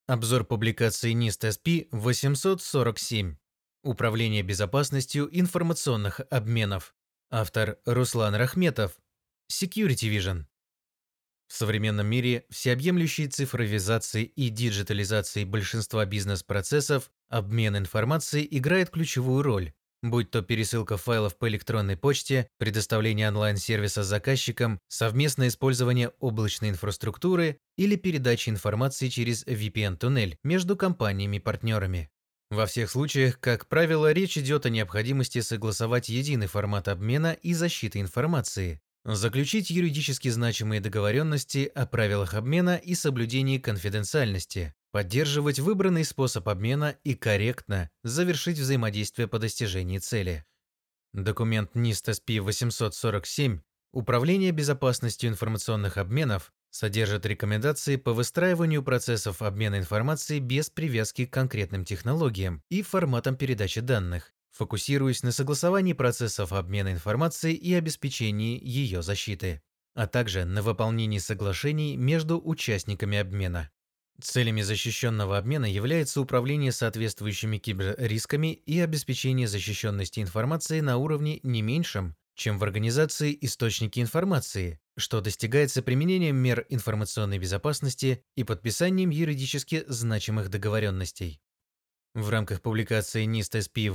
Обзор публикации NIST SP 847. Управление безопасностью информационных обменов. Автор Руслан Рахметов. Security Vision. В современном мире всеобъемлющей цифровизации и диджитализации большинства бизнес-процессов обмен информацией играет ключевую роль, будь то пересылка файлов по электронной почте, предоставление онлайн-сервиса заказчикам, совместное использование облачной инфраструктуры или передача информации через VPN-туннель между компаниями-партнерами. Во всех случаях, как правило, речь идет о необходимости согласовать единый формат обмена и защиты информации, заключить юридически значимые договоренности о правилах обмена и соблюдении конфиденциальности, поддерживать выбранный способ обмена и корректно завершить взаимодействие по достижении цели. Документ NIST SP 847 «Управление безопасностью информационных обменов» содержит рекомендации по выстраиванию процессов обмена информацией без привязки к конкретным технологиям и форматам передачи данных, фокусируясь на согласовании процессов обмена информацией и обеспечении ее защиты, а также на выполнении соглашений между участниками обмена. Целями защищенного обмена является управление соответствующими киберрисками и обеспечение защищенности информации на уровне не меньшем, чем в организации источники информации, что достигается применением мер информационной безопасности и подписанием юридически значимых договоренностей. В рамках публикации NIST SP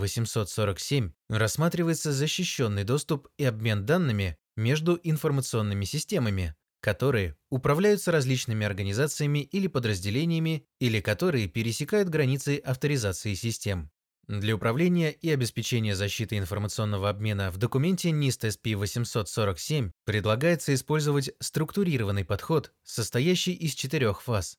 847 рассматривается защищенный доступ и обмен данными между информационными системами, которые управляются различными организациями или подразделениями, или которые пересекают границы авторизации систем. Для управления и обеспечения защиты информационного обмена в документе NIST SP 847 предлагается использовать структурированный подход, состоящий из 4 фаз.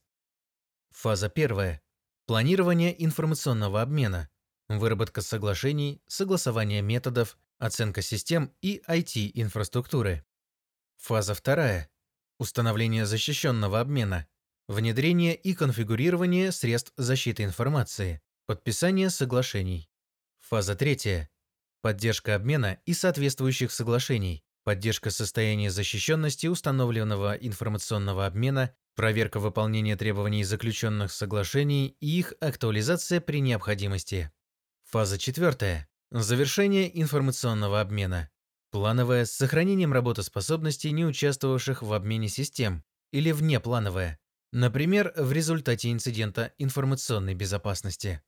Фаза 1. Планирование информационного обмена, выработка соглашений, согласование методов, оценка систем и IT-инфраструктуры. Фаза 2. Установление защищенного обмена, внедрение и конфигурирование средств защиты информации, подписание соглашений. Фаза 3. Поддержка обмена и соответствующих соглашений, поддержка состояния защищенности установленного информационного обмена, проверка выполнения требований заключенных соглашений и их актуализация при необходимости. Фаза 4. Завершение информационного обмена. Плановая с сохранением работоспособности не участвовавших в обмене систем или внеплановая, например, в результате инцидента информационной безопасности.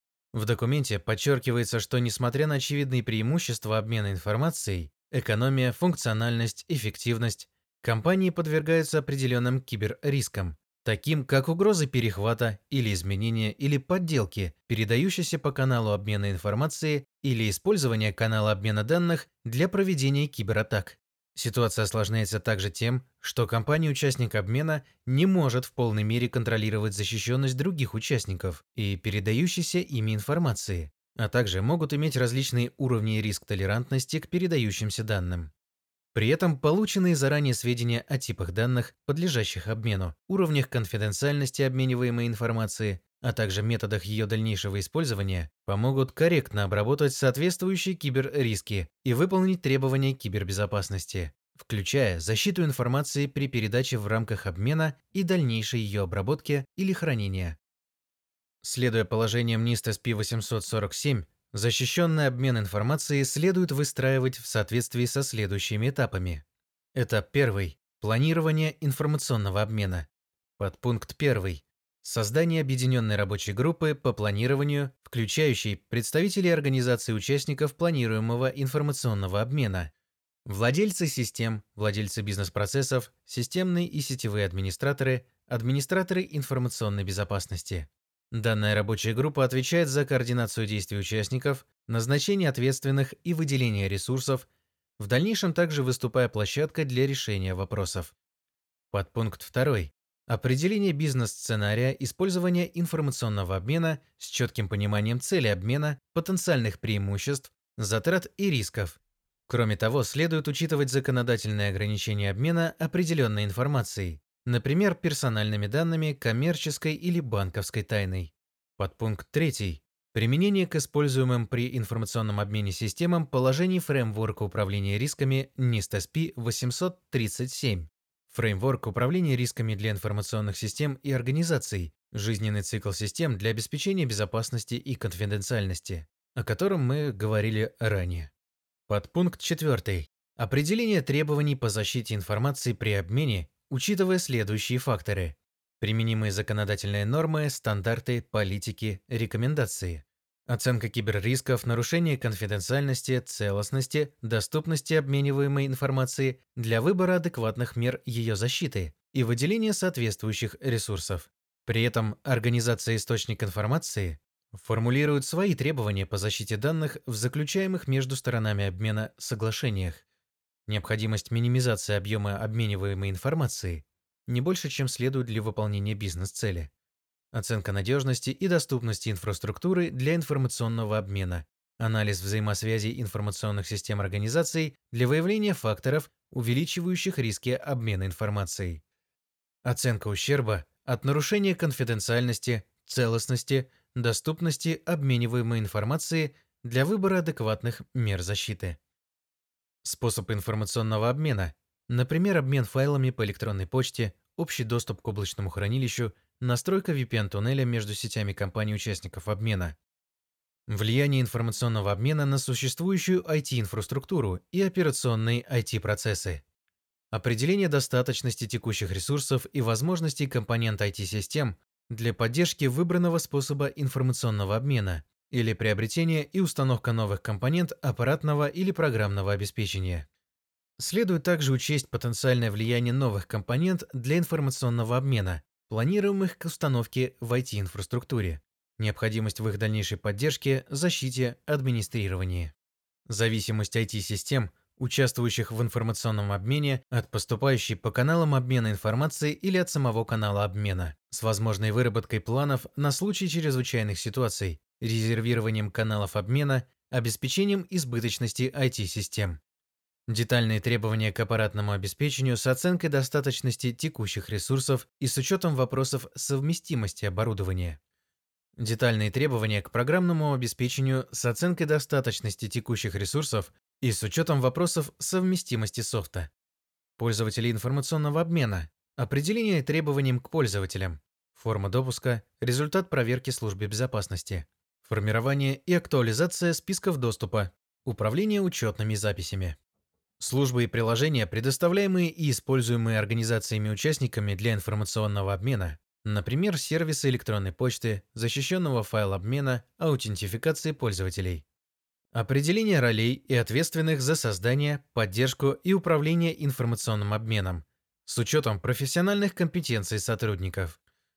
В документе подчеркивается, что несмотря на очевидные преимущества обмена информацией, экономия, функциональность, эффективность, компании подвергаются определенным киберрискам, таким как угрозы перехвата или изменения или подделки, передающейся по каналу обмена информации или использования канала обмена данных для проведения кибератак. Ситуация осложняется также тем, что компания-участник обмена не может в полной мере контролировать защищенность других участников и передающейся ими информации, а также могут иметь различные уровни риск-толерантности к передающимся данным. При этом полученные заранее сведения о типах данных, подлежащих обмену, уровнях конфиденциальности обмениваемой информации, а также методах ее дальнейшего использования, помогут корректно обработать соответствующие киберриски и выполнить требования кибербезопасности, включая защиту информации при передаче в рамках обмена и дальнейшей ее обработке или хранения. Следуя положениям NIST SP 847, защищенный обмен информацией следует выстраивать в соответствии со следующими этапами. Этап 1. Планирование информационного обмена. Подпункт 1. Создание объединенной рабочей группы по планированию, включающей представителей организаций участников планируемого информационного обмена, владельцы систем, владельцы бизнес-процессов, системные и сетевые администраторы, администраторы информационной безопасности. Данная рабочая группа отвечает за координацию действий участников, назначение ответственных и выделение ресурсов, в дальнейшем также выступая площадкой для решения вопросов. Подпункт 2. Определение бизнес-сценария использования информационного обмена с четким пониманием цели обмена, потенциальных преимуществ, затрат и рисков. Кроме того, следует учитывать законодательные ограничения обмена определенной информацией, например, персональными данными, коммерческой или банковской тайной. Подпункт 3. Применение к используемым при информационном обмене системам положений фреймворка управления рисками NIST SP 837. Фреймворк управления рисками для информационных систем и организаций Жизненный цикл систем для обеспечения безопасности и конфиденциальности, о котором мы говорили ранее. Подпункт 4. Определение требований по защите информации при обмене, учитывая следующие факторы: применимые законодательные нормы, стандарты, политики, рекомендации. Оценка киберрисков, нарушение конфиденциальности, целостности, доступности обмениваемой информации для выбора адекватных мер ее защиты и выделения соответствующих ресурсов. При этом организация «Источник информации» формулирует свои требования по защите данных в заключаемых между сторонами обмена соглашениях. Необходимость минимизации объема обмениваемой информации не больше, чем следует для выполнения бизнес-цели. Оценка надежности и доступности инфраструктуры для информационного обмена. Анализ взаимосвязей информационных систем организаций для выявления факторов, увеличивающих риски обмена информацией. Оценка ущерба от нарушения конфиденциальности, целостности, доступности обмениваемой информации для выбора адекватных мер защиты. Способ информационного обмена. Например, обмен файлами по электронной почте, общий доступ к облачному хранилищу, настройка VPN-туннеля между сетями компаний-участников обмена. Влияние информационного обмена на существующую IT-инфраструктуру и операционные IT-процессы. Определение достаточности текущих ресурсов и возможностей компонента IT-систем для поддержки выбранного способа информационного обмена или приобретения и установка новых компонент аппаратного или программного обеспечения. Следует также учесть потенциальное влияние новых компонент для информационного обмена, планируемых к установке в IT-инфраструктуре, необходимость в их дальнейшей поддержке, защите, администрировании. Зависимость IT-систем, участвующих в информационном обмене, от поступающей по каналам обмена информации или от самого канала обмена, с возможной выработкой планов на случай чрезвычайных ситуаций, резервированием каналов обмена, обеспечением избыточности IT-систем. Детальные требования к аппаратному обеспечению с оценкой достаточности текущих ресурсов и с учетом вопросов совместимости оборудования. Детальные требования к программному обеспечению с оценкой достаточности текущих ресурсов и с учетом вопросов совместимости софта. Пользователи информационного обмена. Определение требованиям к пользователям. Форма допуска. Результат проверки службы безопасности. Формирование и актуализация списков доступа. Управление учетными записями. Службы и приложения, предоставляемые и используемые организациями-участниками для информационного обмена, например, сервисы электронной почты, защищенного файл-обмена, аутентификации пользователей. Определение ролей и ответственных за создание, поддержку и управление информационным обменом с учетом профессиональных компетенций сотрудников.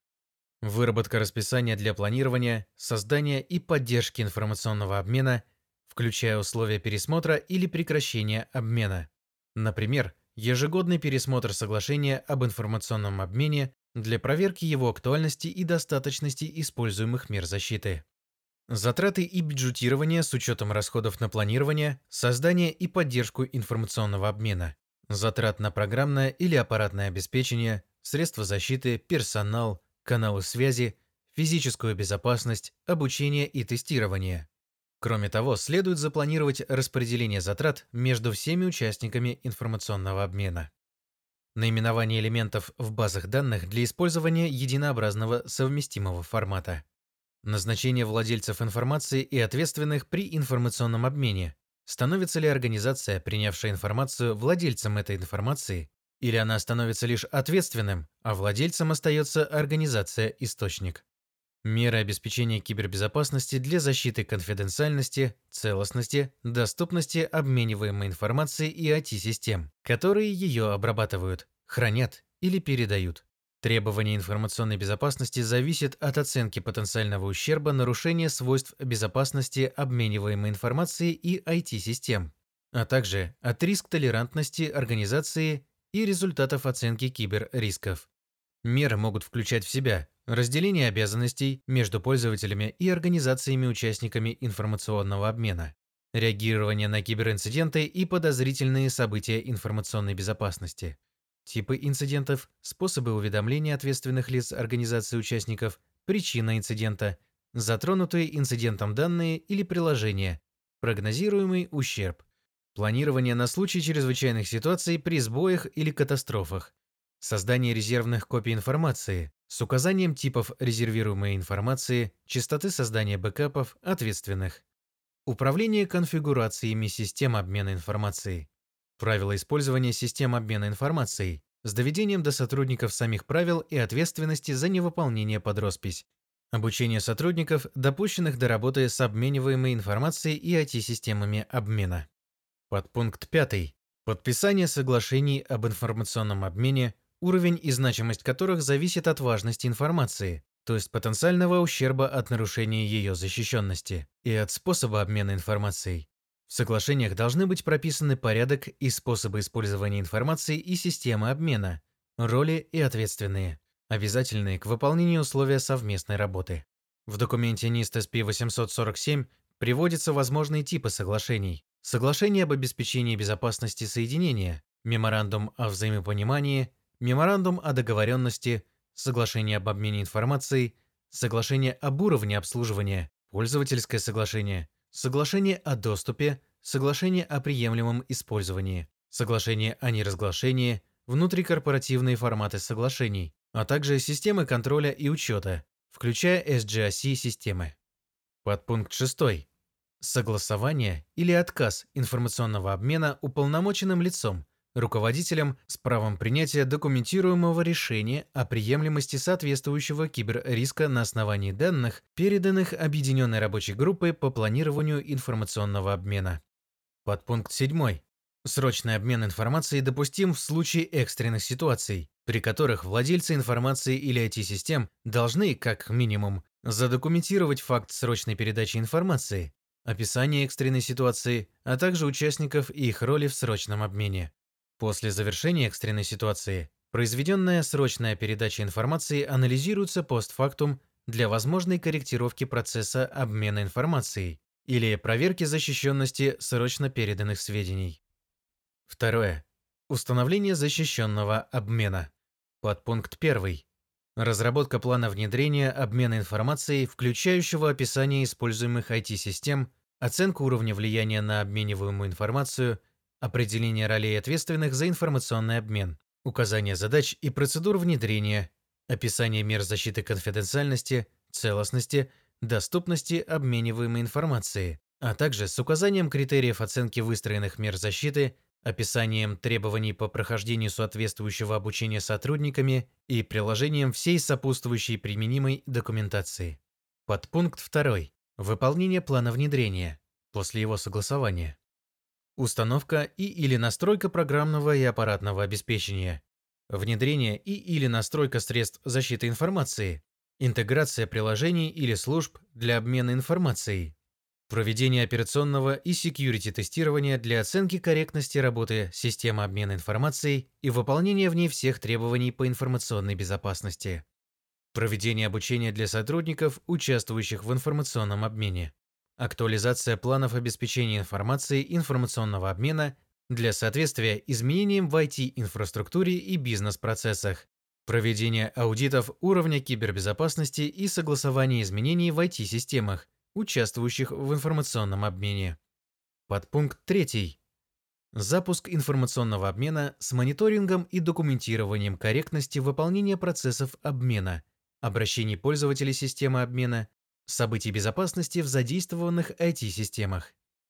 Выработка расписания для планирования, создания и поддержки информационного обмена, включая условия пересмотра или прекращения обмена. Например, ежегодный пересмотр соглашения об информационном обмене для проверки его актуальности и достаточности используемых мер защиты. Затраты и бюджетирование с учетом расходов на планирование, создание и поддержку информационного обмена. Затрат на программное или аппаратное обеспечение, средства защиты, персонал, каналы связи, физическую безопасность, обучение и тестирование. Кроме того, следует запланировать распределение затрат между всеми участниками информационного обмена. Наименование элементов в базах данных для использования единообразного совместимого формата. Назначение владельцев информации и ответственных при информационном обмене. Становится ли организация, принявшая информацию, владельцем этой информации, или она становится лишь ответственным, а владельцем остается организация-источник. Меры обеспечения кибербезопасности для защиты конфиденциальности, целостности, доступности обмениваемой информации и IT-систем, которые ее обрабатывают, хранят или передают. Требования информационной безопасности зависят от оценки потенциального ущерба нарушения свойств безопасности обмениваемой информации и IT-систем, а также от риск-толерантности организации и результатов оценки киберрисков. Меры могут включать в себя разделение обязанностей между пользователями и организациями-участниками информационного обмена, реагирование на киберинциденты и подозрительные события информационной безопасности, типы инцидентов, способы уведомления ответственных лиц организации-участников, причина инцидента, затронутые инцидентом данные или приложения, прогнозируемый ущерб, планирование на случай чрезвычайных ситуаций при сбоях или катастрофах, Создание резервных копий информации с указанием типов резервируемой информации, частоты создания бэкапов, ответственных. Управление конфигурациями систем обмена информацией. Правила использования систем обмена информацией с доведением до сотрудников самих правил и ответственности за невыполнение под роспись. Обучение сотрудников, допущенных до работы с обмениваемой информацией и IT-системами обмена. Подпункт 5. Подписание соглашений об информационном обмене, уровень и значимость которых зависит от важности информации, то есть потенциального ущерба от нарушения ее защищенности, и от способа обмена информацией. В соглашениях должны быть прописаны порядок и способы использования информации и системы обмена, роли и ответственные, обязательные к выполнению условия совместной работы. В документе NIST SP 847 приводятся возможные типы соглашений. Соглашение об обеспечении безопасности соединения, меморандум о взаимопонимании, меморандум о договоренности, соглашение об обмене информацией, соглашение об уровне обслуживания, пользовательское соглашение, соглашение о доступе, соглашение о приемлемом использовании, соглашение о неразглашении, внутрикорпоративные форматы соглашений, а также системы контроля и учета, включая SGRC-системы. Подпункт 6. Согласование или отказ информационного обмена уполномоченным лицом, руководителем с правом принятия документируемого решения о приемлемости соответствующего киберриска на основании данных, переданных Объединенной рабочей группой по планированию информационного обмена. Подпункт 7. Срочный обмен информацией допустим в случае экстренных ситуаций, при которых владельцы информации или IT-систем должны, как минимум, задокументировать факт срочной передачи информации, описание экстренной ситуации, а также участников и их роли в срочном обмене. После завершения экстренной ситуации, произведенная срочная передача информации анализируется постфактум для возможной корректировки процесса обмена информацией или проверки защищенности срочно переданных сведений. Второе. Установление защищенного обмена. Подпункт 1. Разработка плана внедрения обмена информацией, включающего описание используемых IT-систем, оценку уровня влияния на обмениваемую информацию, определение ролей ответственных за информационный обмен, указание задач и процедур внедрения, описание мер защиты конфиденциальности, целостности, доступности обмениваемой информации, а также с указанием критериев оценки выстроенных мер защиты, описанием требований по прохождению соответствующего обучения сотрудниками и приложением всей сопутствующей применимой документации. Подпункт 2. Выполнение плана внедрения после его согласования. Установка и/или настройка программного и аппаратного обеспечения. Внедрение и/или настройка средств защиты информации. Интеграция приложений или служб для обмена информацией. Проведение операционного и security-тестирования для оценки корректности работы системы обмена информацией и выполнения в ней всех требований по информационной безопасности. Проведение обучения для сотрудников, участвующих в информационном обмене. Актуализация планов обеспечения информацией информационного обмена для соответствия изменениям в IT-инфраструктуре и бизнес-процессах. Проведение аудитов уровня кибербезопасности и согласование изменений в IT-системах, участвующих в информационном обмене. Подпункт 3. Запуск информационного обмена с мониторингом и документированием корректности выполнения процессов обмена, обращений пользователей системы обмена, событий безопасности в задействованных IT-системах.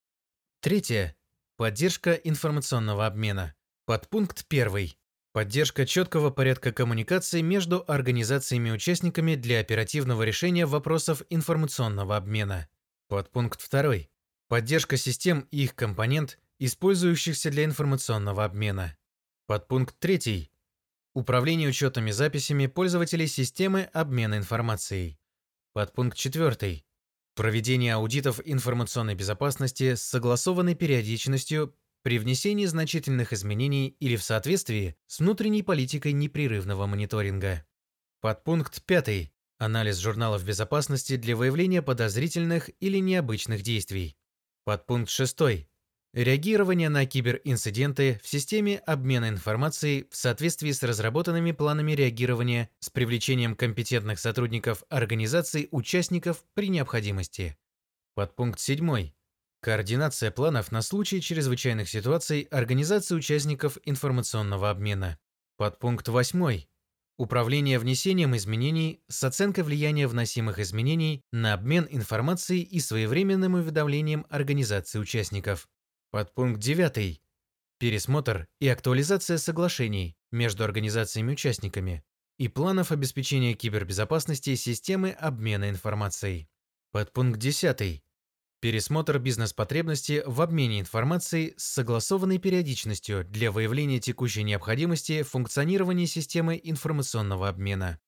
Третье. Поддержка информационного обмена. Подпункт 1. Поддержка четкого порядка коммуникации между организациями-участниками для оперативного решения вопросов информационного обмена. Подпункт 2. Поддержка систем и их компонент, использующихся для информационного обмена. Подпункт 3. Управление учетными записями пользователей системы обмена информацией. Подпункт 4. Проведение аудитов информационной безопасности с согласованной периодичностью при внесении значительных изменений или в соответствии с внутренней политикой непрерывного мониторинга. Подпункт 5. Анализ журналов безопасности для выявления подозрительных или необычных действий. Подпункт 6. Реагирование на киберинциденты в системе обмена информацией в соответствии с разработанными планами реагирования с привлечением компетентных сотрудников организаций-участников при необходимости. Подпункт 7. Координация планов на случай чрезвычайных ситуаций организации участников информационного обмена. Подпункт 8. Управление внесением изменений с оценкой влияния вносимых изменений на обмен информацией и своевременным уведомлением организации участников. Подпункт 9. Пересмотр и актуализация соглашений между организациями-участниками и планов обеспечения кибербезопасности системы обмена информацией. Подпункт 10. Пересмотр бизнес-потребности в обмене информацией с согласованной периодичностью для выявления текущей необходимости функционирования системы информационного обмена.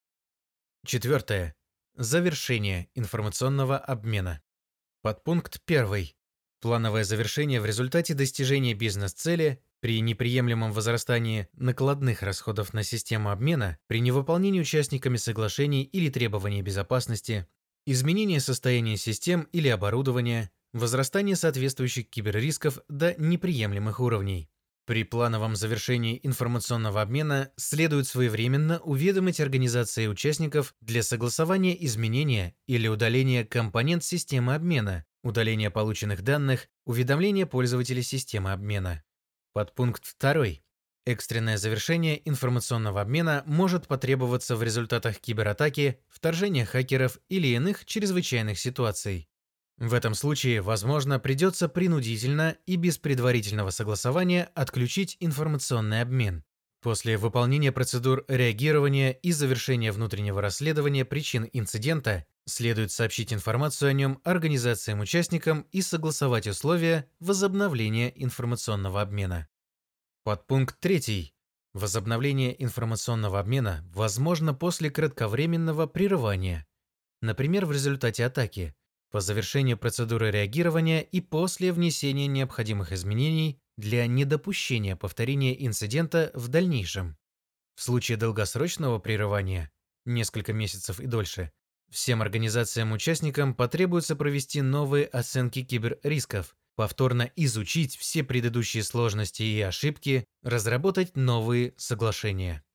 4. Завершение информационного обмена. Подпункт 1. Плановое завершение в результате достижения бизнес-цели при неприемлемом возрастании накладных расходов на систему обмена, при невыполнении участниками соглашений или требований безопасности, изменение состояния систем или оборудования, возрастание соответствующих киберрисков до неприемлемых уровней. При плановом завершении информационного обмена следует своевременно уведомить организации участников для согласования изменения или удаления компонент системы обмена, удаления полученных данных, уведомления пользователей системы обмена. Подпункт 2. Экстренное завершение информационного обмена может потребоваться в результатах кибератаки, вторжения хакеров или иных чрезвычайных ситуаций. В этом случае, возможно, придется принудительно и без предварительного согласования отключить информационный обмен. После выполнения процедур реагирования и завершения внутреннего расследования причин инцидента следует сообщить информацию о нем организациям-участникам и согласовать условия возобновления информационного обмена. Подпункт 3. Возобновление информационного обмена возможно после кратковременного прерывания, например, в результате атаки, по завершению процедуры реагирования и после внесения необходимых изменений для недопущения повторения инцидента в дальнейшем. В случае долгосрочного прерывания, несколько месяцев и дольше, всем организациям-участникам потребуется провести новые оценки киберрисков, повторно изучить все предыдущие сложности и ошибки, разработать новые соглашения.